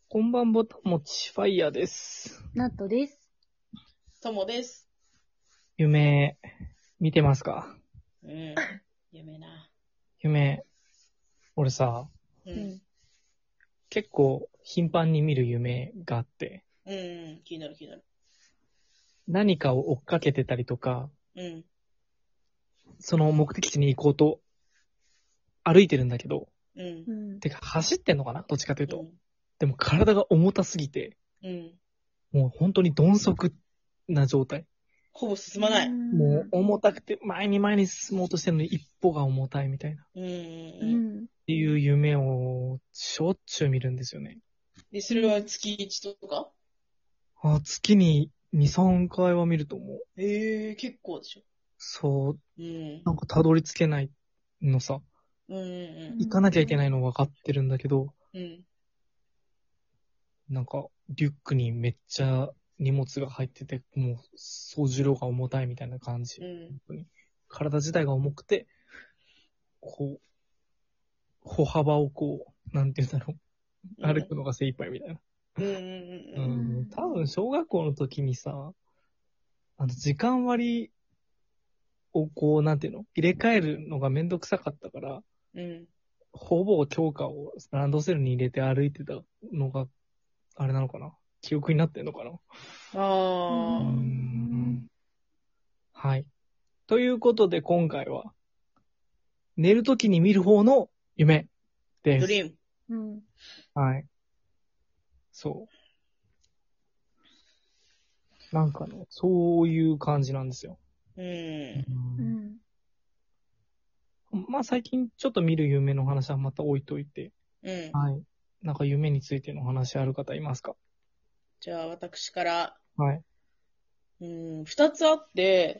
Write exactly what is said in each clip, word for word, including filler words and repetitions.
こんばんぼたもちファイヤーです。 ナットです。 ともです。 夢、見てますか？ うん。夢な。 夢、俺さ、 う。 うんん。 結構頻繁に見る夢があって、 うん。気になる気になる。 何かを追っかけてたりとか、 うん。 その目的地に行こうと歩いてるんだけど、 うん。 うん。 てか走ってんのかなどっちかというと。 うん。 でも体が重たすぎて、 うん。 もう本当に鈍足な状態。 ほぼ進まない。 もう重たくて前に前に進もうとしてるのに一歩が重たいみたいな。っうん。う。 うんん。 ていう夢をしょっちゅう見るんですよね。 で、それは月一とか？ あ、月にに、さんかいは見ると思う。 ええー、結構でしょ。 そう、 うん。 なんかたどり着けないのさ。 うん。うん。 行かなきゃいけないの分かってるんだけど、 うん。 なんかリュックにめっちゃ荷物が入ってて、もう総重量が重たいみたいな感じ。 うん。 本当に体自体が重くて、こう、歩幅をこう、なんていうんだろう、歩くのが精一杯みたいな。 うん。うん。 ううん。 ん、多分小学校の時にさ、あの時間割をこう、なんていうの入れ替えるのがめんどくさかったから、 うん。 ほぼ教科をランドセルに入れて歩いてたのが、あれなのかな記憶になってんのかな。うーああ。 ん。はい。ということで今回は、寝るときに見る方の夢です。 ドリーム。 うん。 はい。そう。なんかね、そういう感じなんですよ。 う。 うんん。 まあ最近ちょっと見る夢の話はまた置いといて、 うん。 はい。なんか夢についての話ある方いますか？ じゃあ、私から、 はい。 うん、二つあって、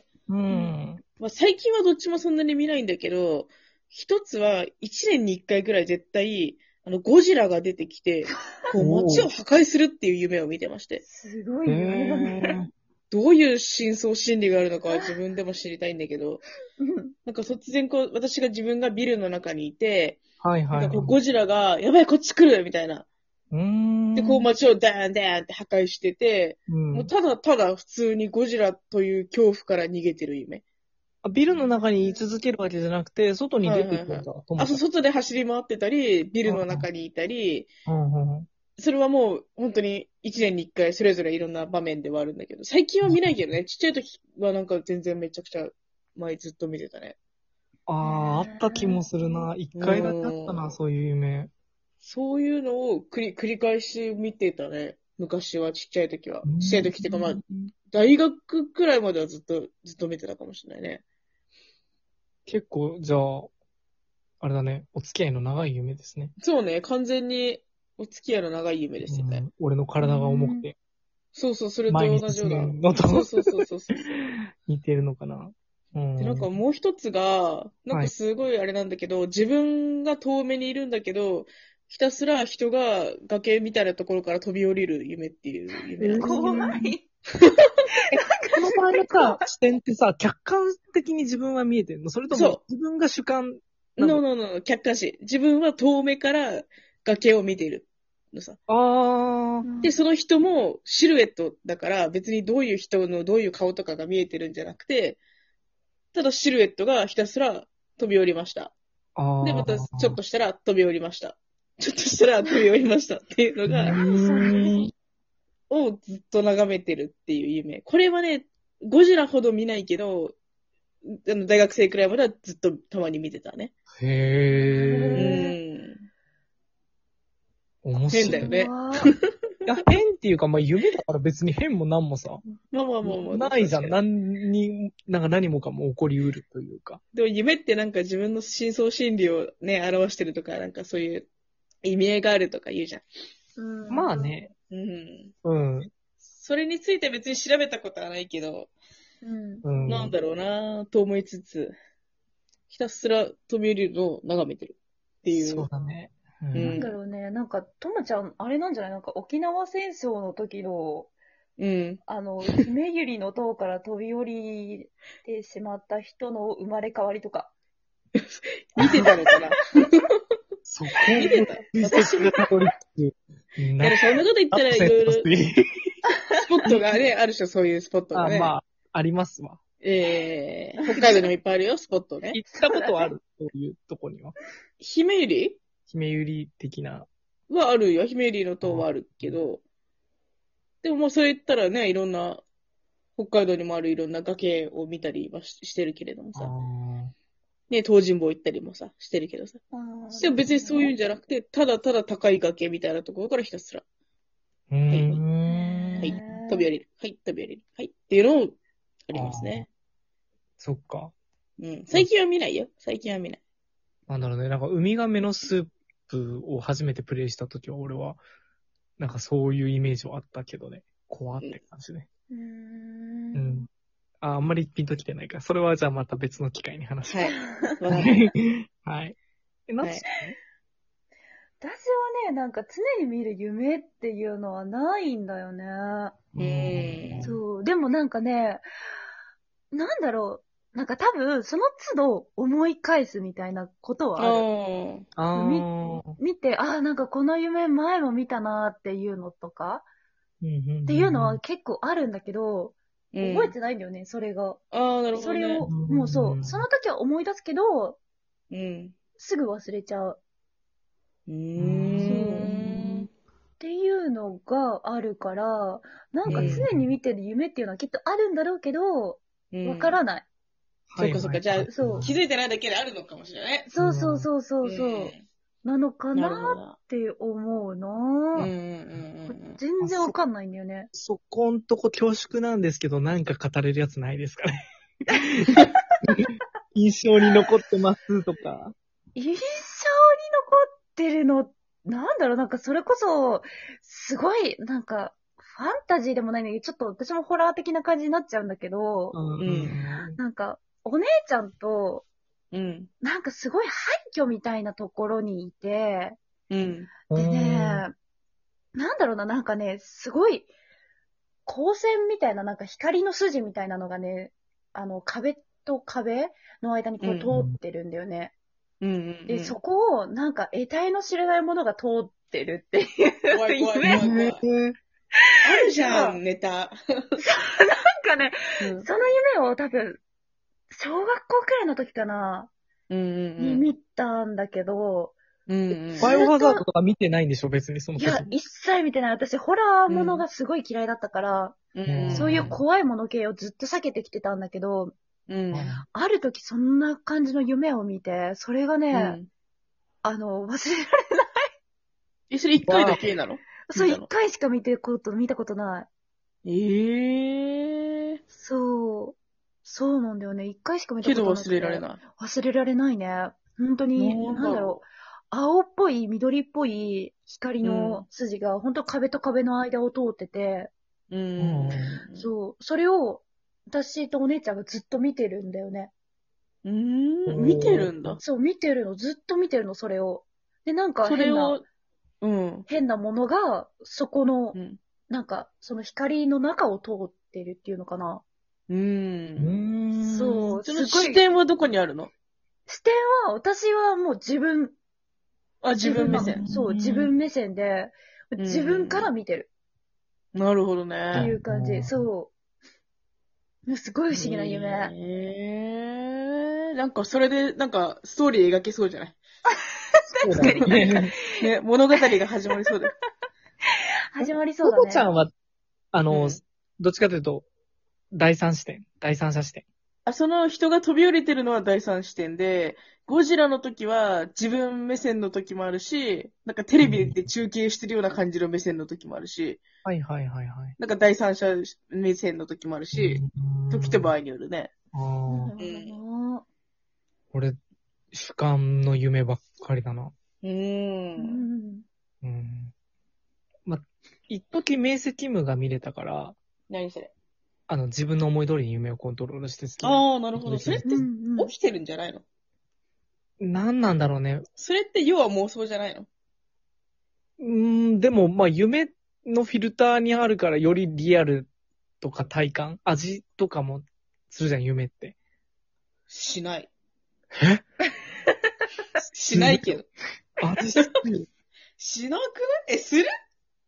うーん。 まあ、最近はどっちもそんなに見ないんだけど、一つは一年に一回ぐらい絶対、あの、ゴジラが出てきて、こう街を破壊するっていう夢を見てまして。 すごへい夢だね。 ー。 どういう真相心理があるのかは自分でも知りたいんだけど、 うんなんか突然こう、私が自分がビルの中にいて、 はいはい、はい。 なんかこうゴジラが、やばいこっち来るみたいな。 うーん。 で、こう街をダーンダーンって破壊してて、 うん、 もうただただ普通にゴジラという恐怖から逃げてる夢。 あ、ビルの中に居続けるわけじゃなくて、外に出ていくんだ、 はいはいはいともあ、そう、 さん。 外で走り回ってたり、ビルの中にいたり、 うんうんうん。 それはもう本当に一年に一回それぞれいろんな場面ではあるんだけど、最近は見ないけどね、ちっちゃい時はなんか全然めちゃくちゃ前ずっと見てたね。 ああ、あった気もするな。一回だけあったな、 うんそういう夢。 そういうのを繰り繰り返し見てたね。昔はちっちゃい時は。 うちっちゃいん。 時っていうかまあ、大学くらいまではずっと、ずっと見てたかもしれないね。 結構、じゃあ、あれだね、お付き合いの長い夢ですね。 そうね、完全にお付き合いの長い夢でしたね。 うん、俺の体が重くて、 そうそう、それ前にと同じような。 進めんのとそうそうそうそうそうそう。 似てるのかな。うで、なんん。 かもう一つが、なんかはい。 すごいあれなんだけど、自分が遠目にいるんだけど、ひたすら人が崖みたいなところから飛び降りる夢っていう夢なんですけど。 怖えーい。 この場合のさ、視点ってさ、客観的に自分は見えてるの？それともそ自分が主観う。 なの？ ノーノーノー、客観視。自分は遠目から崖を見ているのさ。 あー。 で、その人もシルエットだから別にどういう人のどういう顔とかが見えてるんじゃなくて、ただシルエットがひたすら飛び降りました。で、 あまたちょっー。 としたら飛び降りました。ちょっとしたら飛び降りましたっていうのが、 何それ。 をずっと眺めてるっていう夢。これはね、ゴジラほど見ないけど、あの大学生くらいまではずっとたまに見てたね。 へうー。 ん。 面白い。 変だよね。 怖い。 いや、変っていうか、まあ、夢だから別に変も何もさ、 まあまあまあまあ。 ないじゃん。 確かに何に、なんか何もかも起こりうるというか。 でも夢ってなんか自分の深層心理をね、表してるとか、なんかそういう意味合いがあるとか言うじゃん。 うん。 まあね、 うん。 うん、 それについて別に調べたことはないけど、 うん。 うん。 なんだろうなと思いつつ、ひたすら飛び降りるのを眺めてるっていう。 そうだね。ううんなんだろうね。なんか、ともちゃん、あれなんじゃないなんか沖縄戦争の時の、 うん。 あの、姫百合の塔から飛び降りてしまった人の生まれ変わりとか。 見てたのかなそこ見てた追跡がたどり着く。 いや、そんなこと言ったらいろいろ、ススポットがね、あるでしょ、そういうスポットがあ、 ね。 まあ、ありますわ。 えー、北海道にもいっぱいあるよ、スポットね。 行ったことある、そういうとこには。 姫入姫ゆり的な。 りはあるよ、姫入りの塔はあるけど、でもまあそれ言ったらね、いろんな、北海道にもあるいろんな崖を見たりはししてるけれどもさ。ね、東尋坊行ったりもさ、してるけどさ。でも別にそういうんじゃなくて、ただただ高い崖みたいなところからひたすら、 うーん。 はい、飛び降りる。はい、飛び降りる。はい、っていうのをありますね。 そっか。 うん。最近は見ないよ。最近は見ない。 なんだろうね。なんか、ウミガメのスープを初めてプレイしたときは、俺は、なんかそういうイメージはあったけどね。怖って感じね。 うーん。 うん。あ、あんまりピンときてないから。それはじゃあまた別の機会に話しはい。 ます。 わかった。 はい。え、なんつはい私はね、なんか常に見る夢っていうのはないんだよね。 うんそう。でもなんかね、なんだろう。なんか多分、その都度思い返すみたいなことはある。 ああみー。 見て、ああ、なんかこの夢前も見たなっていうのとか、 うんうんうんっていうのは結構あるんだけど、 ー覚えてないんだよね、それが。 ああ、なるほどね。 それを、 うんもうそう、その時は思い出すけど、 うん。 すぐ忘れちゃう。 うーん。 っていうのがあるから、なんか常に見てる夢っていうのはきっとあるんだろうけど、わからない。 そうかそうか。じゃあ、 そう気づいてないだけであるのかもしれない。 そうそうそうそうそう。 んなのかななるほど。 って思うなうんうんぁ。 うん全然わかんないんだよね。 そこんとこ恐縮なんですけど、なんか語れるやつないですかね。印象に残ってますとか。 印象に残ってるの、なんだろう、なんかそれこそ、すごい、なんか、ファンタジーでもないんだけど、ちょっと私もホラー的な感じになっちゃうんだけど、 うんなんか、お姉ちゃんと、 うん。うん。 なんかすごい廃墟みたいなところにいて、 うん。 でね、なんだろうな、なんかね、すごい、光線みたいな、なんか光の筋みたいなのがね、あの、壁と壁の間にこう通ってるんだよね。 うんうん。 で、そこを、なんか、得体の知れないものが通ってるっていう。 怖い怖い怖い夢怖い。あるじゃん、ネタ。 なんかね、 うんその夢を多分、小学校くらいの時かな、 うんに見たんだけど、 うんうん。 バイオハザードとか見てないんでしょ、別にその時。 いや、一切見てない。私、ホラーものがすごい嫌いだったから、 うんそういう怖いもの系をずっと避けてきてたんだけど、 うん。 ある時そんな感じの夢を見て、それがね、 うん。 あの、忘れられ、 え、それ一回だけなのそう、 見たの一回しか見てこと、見たことない。 ええ。 そう。そうなんだよね。一回しか見たけどことなくて。 忘れられない。 忘れられないね。本当に、 なんだろうなんだろう。青っぽい、緑っぽい光の筋が、本当壁と壁の間を通ってて、 うん。 そう。それを、私とお姉ちゃんがずっと見てるんだよね。 う。うん。見てるんだ。 そう、見てるの。ずっと見てるの、それを。で、なんかそれ変なを、、うん。 変なものが、そこのう、ん。 なんか、その光の中を通ってるっていうのかな。 う。 うんん。 そう、 そのすごい視点はどこにあるの視点は、私はもう自分、 あ、自分目な線。 そう、自分目線で、 ん自分から見てるなるほどってね。 いう感じ。 うんそう。すごい不思議な夢。 えー、なんかそれで、なんかストーリー描けそうじゃない確かにね。 ね、物語が始まりそうだよ。 始まりそうコだね。 コちゃんは、あの、 うんどっちかというと、第三視点、第三者視点。 あ、その人が飛び降りてるのは第三視点で、ゴジラの時は自分目線の時もあるし、なんかテレビで中継してるような感じの目線の時もあるし、 はいはいはいはい。 なんか第三者目線の時もあるし、時と場合によるね。 ああ、 なるほどな俺、主観の夢ばっかりだな。 うー。 うんん。 うん。ま、一時明晰夢が見れたから、 何それ。 あの、自分の思い通りに夢をコントロールして好きなああ、なるほど。それってうんうん起きてるんじゃないのなんなんだろうね。 それって要は妄想じゃないのうーん、でも、まあ、夢のフィルターにあるから、よりリアルとか体感、味とかもするじゃん、夢って。 しない。 えしないけど。 味する。 しなくないえ、する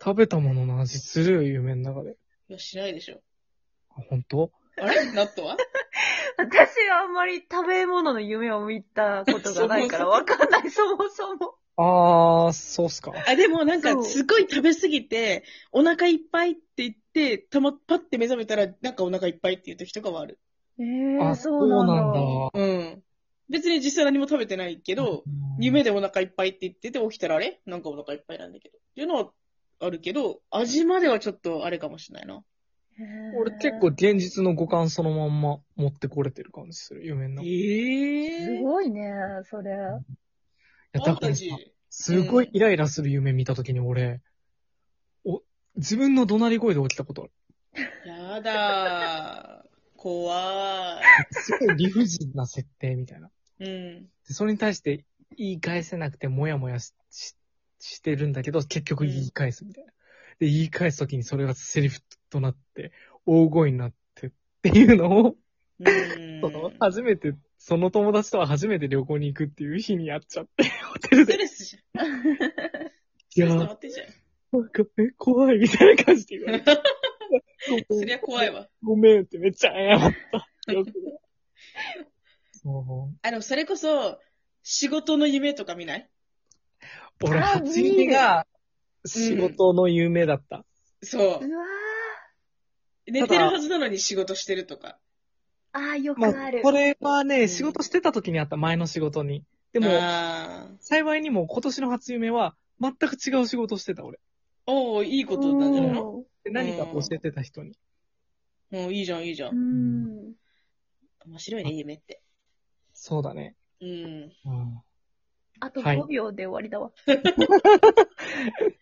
食べたものの味するよ、夢の中で。 いや、しないでしょ。 あ、本当？ あれナットは私はあんまり食べ物の夢を見たことがないからわかんない、そもそも。 あー、そうっすか。 あ、でもなんかそうすごい食べすぎて、お腹いっぱいって言って、たま、パッて目覚めたら、なんかお腹いっぱいっていう時とかはある。 ええあ、 そうなんだ。 うん。別に実際何も食べてないけど、夢でお腹いっぱいって言ってて起きたらあれなんかお腹いっぱいなんだけど。っていうのはあるけど、味まではちょっとあれかもしれないな。 へー俺結構現実の五感そのまんま持ってこれてる感じする、夢の中。いえすごいね、それ。 や、 フだからさ、 ァンタジー。 すごいイライラする夢見たときに俺、お、自分の怒鳴り声で起きたことある。 やだー。怖すごい理不尽な設定みたいな。 い。うん。 でそれに対して言い返せなくてもやもやし、ししてるんだけど、結局言い返すみたいな。で、言い返すときにそれがセリフとなって、大声になってっていうのを、 うそのん。 初めて、その友達とは初めて旅行に行くっていう日にやっちゃって、ホテルストで。 レスじゃん。 いストレス溜やまってんじゃん。 なんか、え、怖いみたいな感じで言われて。 そりゃ怖いわ。 ごめんってめっちゃ謝った。よくね。そう。 あの、それこそ、仕事の夢とか見ない俺、 あ初夢が仕事の夢だった。 そうう。わ寝てるはずなのに仕事してるとか。 ー。ああ、よくまあ、 ある。 これはね、 うん仕事してた時にあった前の仕事に。でも、 ああ。 幸いにも今年の初夢は全く違う仕事をしてた俺。 おお、いいことなんじゃないのおーで何か教えてた人に。 もういいじゃん、いいじゃ。 うんん。 面白いね、夢って。 そうだね。 うん。 うん、 あとはいごびょうで終わりだわ。